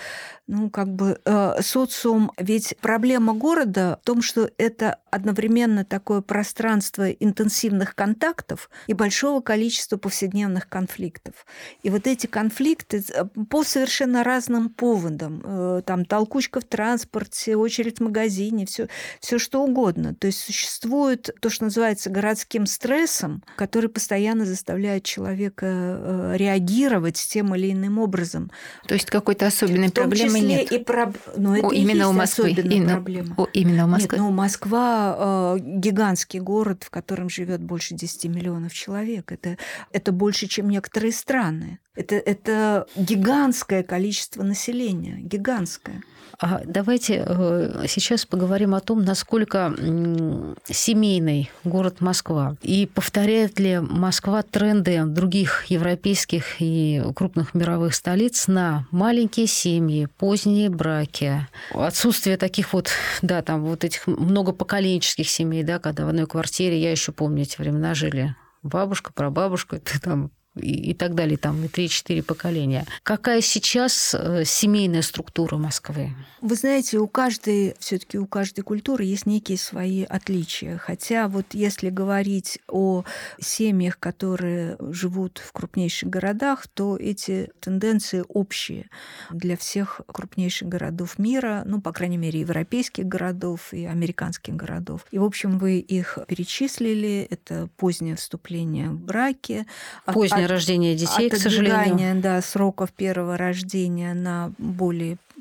социум... Ведь проблема города в том, что это одновременно такое пространство интенсивных контактов и большого количества повседневных конфликтов. И эти конфликты по совершенно разным поводам, толкучка в транспорте, очередь в магазине, все что угодно. То есть существует то, что называется городским стрессом, который постоянно заставляет человека реагировать тем или иным образом.
То есть какой-то особенной проблемы нет?
Именно у Москвы.
Именно у Москвы.
Нет, Москва гигантский город, в котором живет больше 10 миллионов человек. Это больше, чем некоторые страны. Это гигантское количество населения, гигантское.
Давайте сейчас поговорим о том, насколько семейный город Москва. И повторяет ли Москва тренды других европейских и крупных мировых столиц на маленькие семьи, поздние браки, отсутствие таких этих многопоколенческих семей, да, когда в одной квартире, я еще помню, эти времена жили бабушка, прабабушка, и так далее, и 3-4 поколения. Какая сейчас семейная структура Москвы?
Вы знаете, у каждой культуры есть некие свои отличия. Хотя если говорить о семьях, которые живут в крупнейших городах, то эти тенденции общие для всех крупнейших городов мира, по крайней мере, европейских городов и американских городов. И, в общем, вы их перечислили. Это позднее вступление в браки,
рождение детей, к сожалению.
Сроков первого рождения на более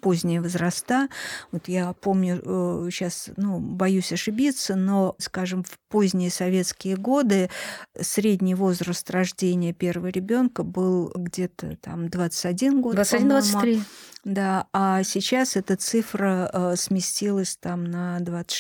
поздние возраста. Вот я помню, сейчас, боюсь ошибиться, но, скажем, в поздние советские годы средний возраст рождения первого ребенка был где-то там 21 год,
21-23.
Да, а сейчас эта цифра сместилась там на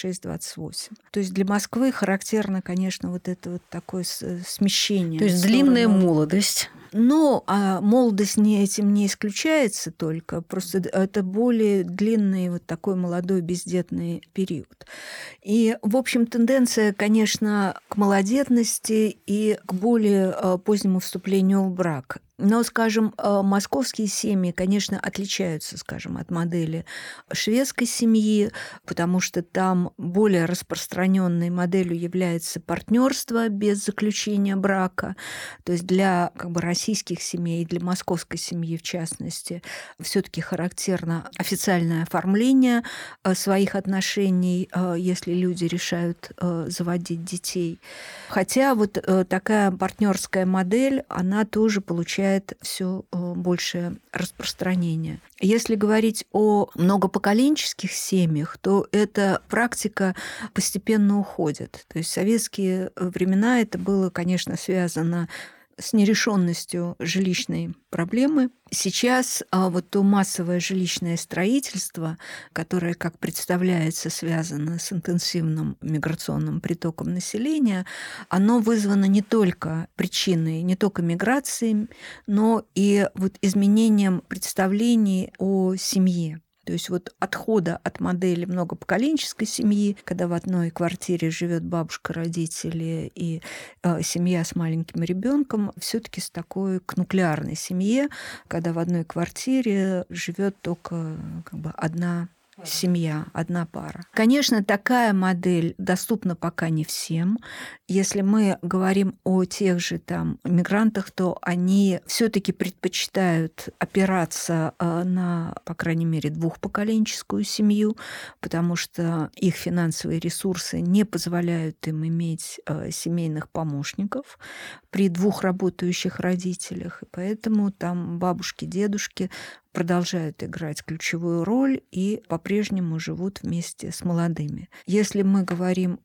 26-28. То есть для Москвы характерно, конечно, вот это вот такое смещение.
То есть длинная молодость.
Но молодость этим не исключается только, просто это более длинный вот такой молодой бездетный период. И, в общем, тенденция, конечно, к малодетности и к более позднему вступлению в брак. Но, скажем, московские семьи, конечно, отличаются, скажем, от модели шведской семьи, потому что там более распространенной моделью является партнерство без заключения брака. То есть для российских семей, для московской семьи в частности, все-таки характерно официальное оформление своих отношений, если люди решают заводить детей. Хотя вот такая партнерская модель, она тоже получает все большее распространение. Если говорить о многопоколенческих семьях, то эта практика постепенно уходит. То есть в советские времена это было, конечно, связано с нерешенностью жилищной проблемы. Сейчас вот то массовое жилищное строительство, которое, как представляется, связано с интенсивным миграционным притоком населения, оно вызвано не только причиной, не только миграцией, но и вот изменением представлений о семье. То есть вот отхода от модели многопоколенческой семьи, когда в одной квартире живет бабушка, родители и семья с маленьким ребенком, все-таки с такой к нуклеарной семье, когда в одной квартире живет только одна семья, одна пара. Конечно, такая модель доступна пока не всем. Если мы говорим о тех же мигрантах, то они все-таки предпочитают опираться на, по крайней мере, двухпоколенческую семью, потому что их финансовые ресурсы не позволяют им иметь семейных помощников при двух работающих родителях. И поэтому там бабушки, дедушки продолжают играть ключевую роль и по-прежнему живут вместе с молодыми. Если мы говорим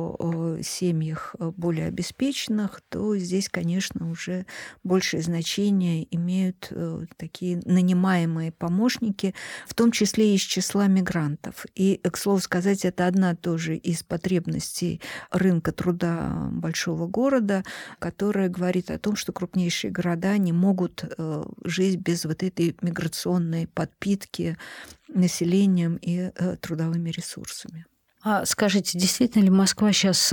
о семьях более обеспеченных, то здесь, конечно, уже большее значение имеют такие нанимаемые помощники, в том числе из числа мигрантов. И, к слову сказать, это одна тоже из потребностей рынка труда большого города, которая говорит о том, что крупнейшие города не могут жить без вот этой миграционной подпитки населением и трудовыми ресурсами.
А скажите, действительно ли Москва сейчас,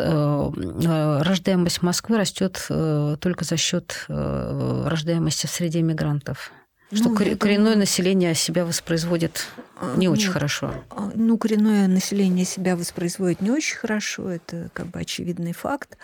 рождаемость Москвы растет только за счет рождаемости в среде мигрантов? Что коренное население себя воспроизводит не очень хорошо.
Коренное население себя воспроизводит не очень хорошо, это очевидный факт.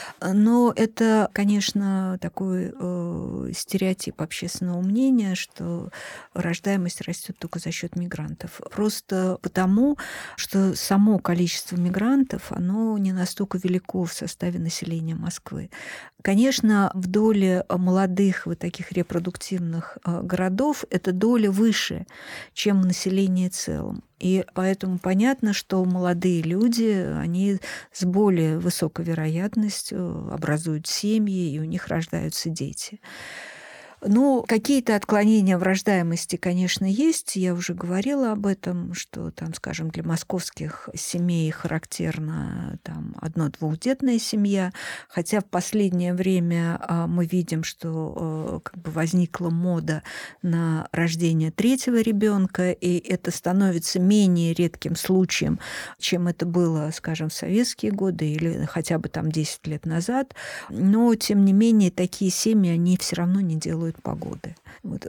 Но это, конечно, такой стереотип общественного мнения, что рождаемость растет только за счет мигрантов. Просто потому, что само количество мигрантов, оно не настолько велико в составе населения Москвы. Конечно, в доле молодых вот таких репродуктивных городов эта доля выше, чем в населении в целом. И поэтому понятно, что молодые люди, они с более высокой вероятностью образуют семьи, и у них рождаются дети. Какие-то отклонения в рождаемости, конечно, есть. Я уже говорила об этом, что скажем, для московских семей характерна одно-двухдетная семья, хотя в последнее время мы видим, что возникла мода на рождение третьего ребенка, и это становится менее редким случаем, чем это было, скажем, в советские годы или хотя бы 10 лет назад. Но, тем не менее, такие семьи, они все равно не делают погоды.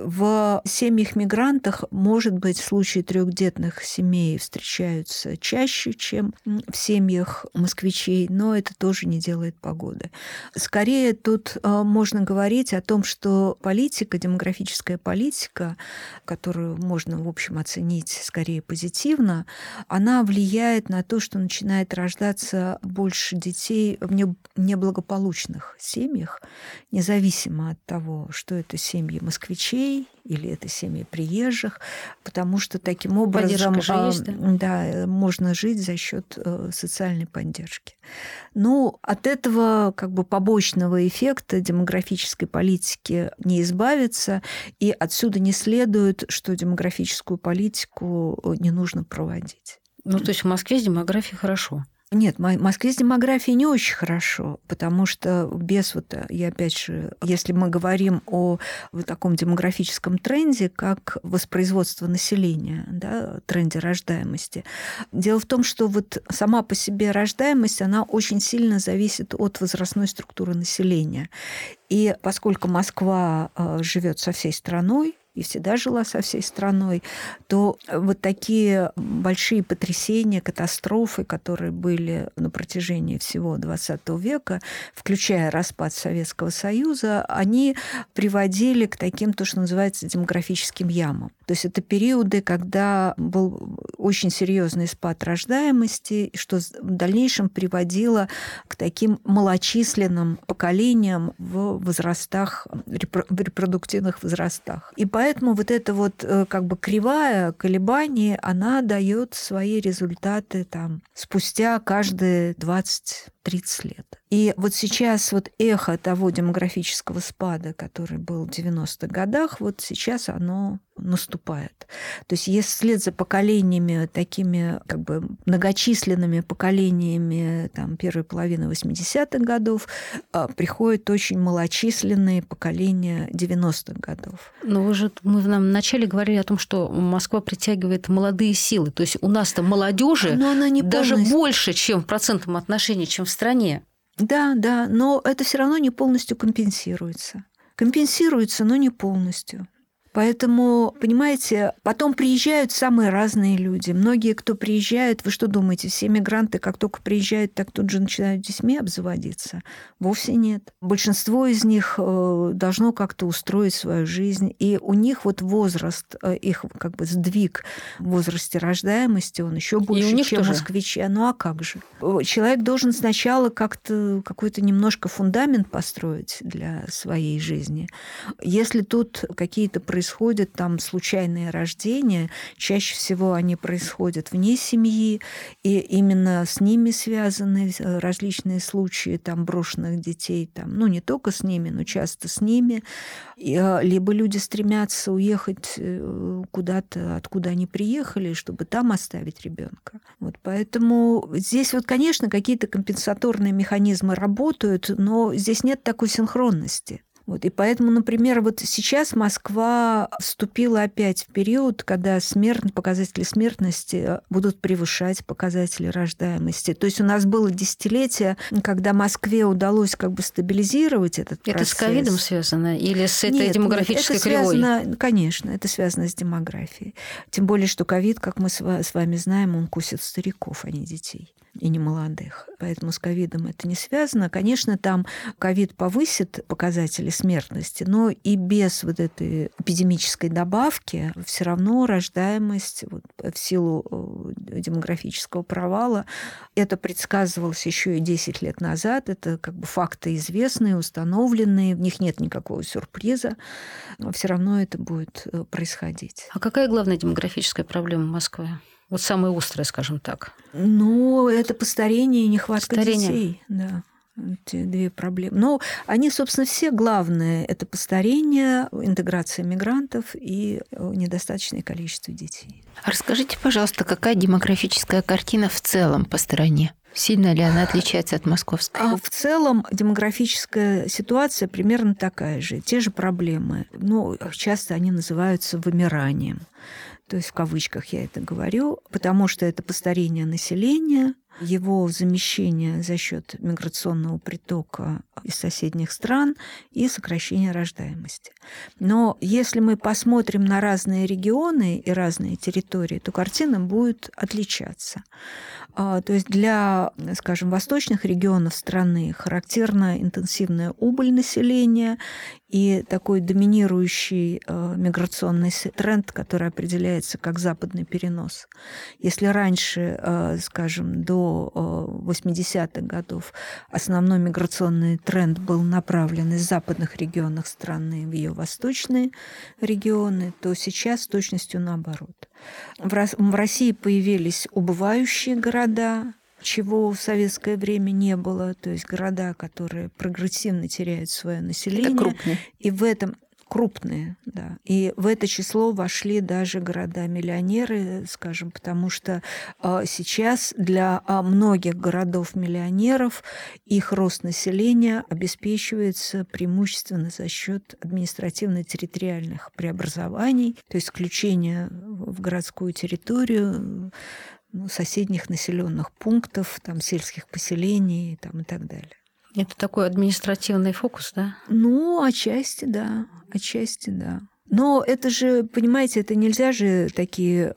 В семьях мигрантах, может быть, случаи трехдетных семей встречаются чаще, чем в семьях москвичей, но это тоже не делает погоды. Скорее, тут можно говорить о том, что политика, демографическая политика, которую можно, в общем, оценить скорее позитивно, она влияет на то, что начинает рождаться больше детей в неблагополучных семьях, независимо от того, что это это семьи москвичей или это семьи приезжих, потому что таким образом
есть,
да, можно жить за счет социальной поддержки. Ну, от этого как бы побочного эффекта демографической политики не избавиться, и отсюда не следует, что демографическую политику не нужно проводить.
Ну, то есть в Москве с демографией хорошо?
Нет, в Москве с демографией не очень хорошо, потому что без я опять же, если мы говорим о таком демографическом тренде, как воспроизводство населения, да, тренде рождаемости, дело в том, что сама по себе рождаемость, она очень сильно зависит от возрастной структуры населения. И поскольку Москва живет со всей страной, и всегда жила со всей страной, то вот такие большие потрясения, катастрофы, которые были на протяжении всего XX века, включая распад Советского Союза, они приводили к таким, то, что называется, демографическим ямам. То есть это периоды, когда был очень серьезный спад рождаемости, что в дальнейшем приводило к таким малочисленным поколениям в возрастах, в репродуктивных возрастах. И поэтому эта как бы кривая колебаний, она дает свои результаты спустя каждые 20-30 лет. И сейчас эхо того демографического спада, который был в 90-х годах, сейчас оно наступает. То есть если вслед за поколениями, такими как бы многочисленными поколениями первой половины 80-х годов, приходят очень малочисленные поколения 90-х годов.
Но мы в начале говорили о том, что Москва притягивает молодые силы. То есть у нас-то молодежи даже больше, чем в процентном отношении, чем в стране.
Да, но это все равно не полностью компенсируется. Компенсируется, но не полностью. Поэтому, понимаете, потом приезжают самые разные люди. Многие, кто приезжают, вы что думаете, все мигранты, как только приезжают, так тут же начинают детьми обзаводиться? Вовсе нет. Большинство из них должно как-то устроить свою жизнь. И у них возраст, их как бы сдвиг в возрасте рождаемости, он еще больше, чем москвичи. Ну а как же? Человек должен сначала как-то какой-то немножко фундамент построить для своей жизни. Если тут какие-то происходят случайные рождения, чаще всего они происходят вне семьи, и именно с ними связаны различные случаи брошенных детей, не только с ними, но часто с ними. Либо люди стремятся уехать куда-то, откуда они приехали, чтобы там оставить ребенка. Поэтому здесь конечно, какие-то компенсаторные механизмы работают, но здесь нет такой синхронности. И поэтому, например, сейчас Москва вступила опять в период, когда показатели смертности будут превышать показатели рождаемости. То есть у нас было десятилетие, когда Москве удалось как бы стабилизировать этот процесс.
Это с ковидом связано или с этой демографической кривой?
Связано, конечно, это связано с демографией. Тем более, что ковид, как мы с вами знаем, он косит стариков, а не детей. И не молодых. Поэтому с ковидом это не связано. Конечно, там ковид повысит показатели смертности, но и без этой эпидемической добавки все равно рождаемость в силу демографического провала, это предсказывалось еще и 10 лет назад. Это как бы факты известные, установленные, в них нет никакого сюрприза, но все равно это будет происходить.
А какая главная демографическая проблема Москвы? Самая острая, скажем так.
Это постарение и нехватка детей. Да. Эти две проблемы. Они, собственно, все главные. Это постарение, интеграция мигрантов и недостаточное количество детей.
Расскажите, пожалуйста, какая демографическая картина в целом по стране? Сильно ли она отличается от московской?
В целом демографическая ситуация примерно такая же. Те же проблемы. Часто они называются вымиранием. То есть в кавычках я это говорю, потому что это постарение населения, его замещение за счет миграционного притока из соседних стран и сокращение рождаемости. Но если мы посмотрим на разные регионы и разные территории, то картина будет отличаться. То есть для, скажем, восточных регионов страны характерна интенсивная убыль населения и такой доминирующий миграционный тренд, который определяется как западный перенос. Если раньше, скажем, до 80-х годов основной миграционный тренд был направлен из западных регионов страны в ее восточные регионы, то сейчас с точностью наоборот. В России появились убывающие города, чего в советское время не было, то есть города, которые прогрессивно теряют свое население.
Это крупные.
И в этом крупные, да. И в это число вошли даже города-миллионеры, скажем, потому что сейчас для многих городов-миллионеров их рост населения обеспечивается преимущественно за счет административно-территориальных преобразований, то есть включения в городскую территорию соседних населенных пунктов, там, сельских поселений там, и так далее.
Это такой административный фокус, да?
Ну, отчасти, да. Отчасти, да. Но это же, понимаете, это нельзя же такие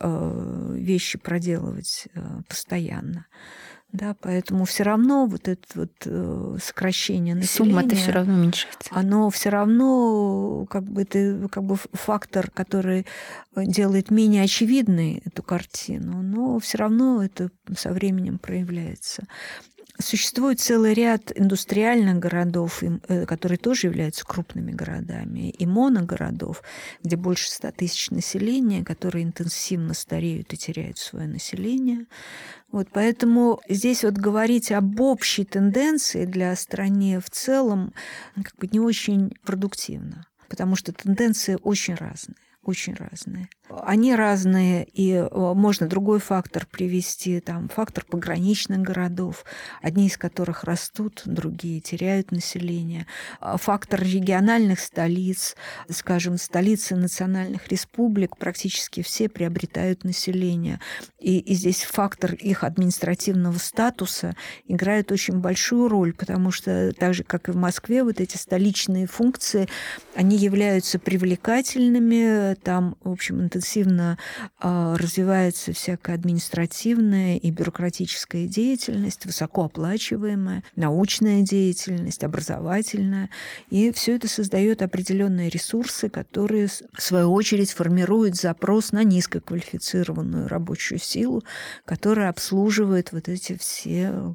вещи проделывать постоянно. Да, поэтому все равно вот это вот сокращение населения...
Сумма-то все равно уменьшается.
Оно все равно это фактор, который делает менее очевидной эту картину, но все равно это со временем проявляется. Существует целый ряд индустриальных городов, которые тоже являются крупными городами, и моногородов, где больше 100 тысяч населения, которые интенсивно стареют и теряют свое население. Вот, поэтому здесь вот говорить об общей тенденции для страны в целом не очень продуктивно, потому что тенденции очень разные. Очень разные. Они разные, и можно другой фактор привести, там, фактор пограничных городов, одни из которых растут, другие теряют население, фактор региональных столиц, скажем, столицы национальных республик, практически все приобретают население, и здесь фактор их административного статуса играет очень большую роль, потому что так же, как и в Москве, вот эти столичные функции, они являются привлекательными, там, в общем, интенсивно развивается всякая административная и бюрократическая деятельность, высокооплачиваемая, научная деятельность, образовательная. И все это создает определенные ресурсы, которые, в свою очередь, формируют запрос на низкоквалифицированную рабочую силу, которая обслуживает вот эти все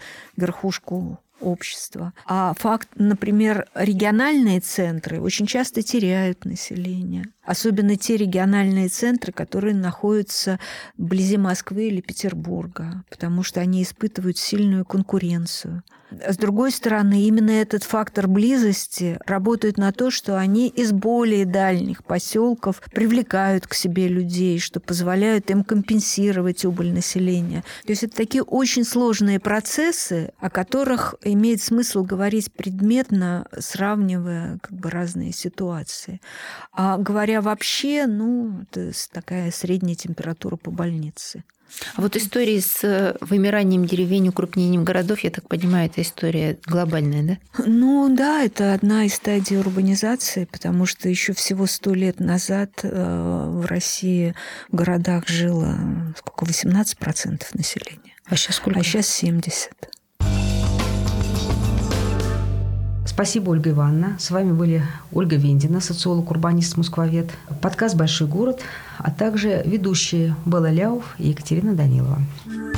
верхушку общества. А факт, например, региональные центры очень часто теряют население. Особенно те региональные центры, которые находятся вблизи Москвы или Петербурга, потому что они испытывают сильную конкуренцию. С другой стороны, именно этот фактор близости работает на то, что они из более дальних поселков привлекают к себе людей, что позволяет им компенсировать убыль населения. То есть это такие очень сложные процессы, о которых имеет смысл говорить предметно, сравнивая разные ситуации. А говоря вообще, это такая средняя температура по больнице.
А вот истории с вымиранием деревень, укрупнением городов, я так понимаю, это история глобальная, да?
Да, это одна из стадий урбанизации, потому что еще всего 100 лет назад в России в городах жило 18% населения.
А сейчас сколько?
А сейчас 70%.
Спасибо, Ольга Ивановна. С вами были Ольга Вендина, социолог, урбанист, москвовед, подкаст «Большой город», а также ведущие Белла Ляув и Екатерина Данилова.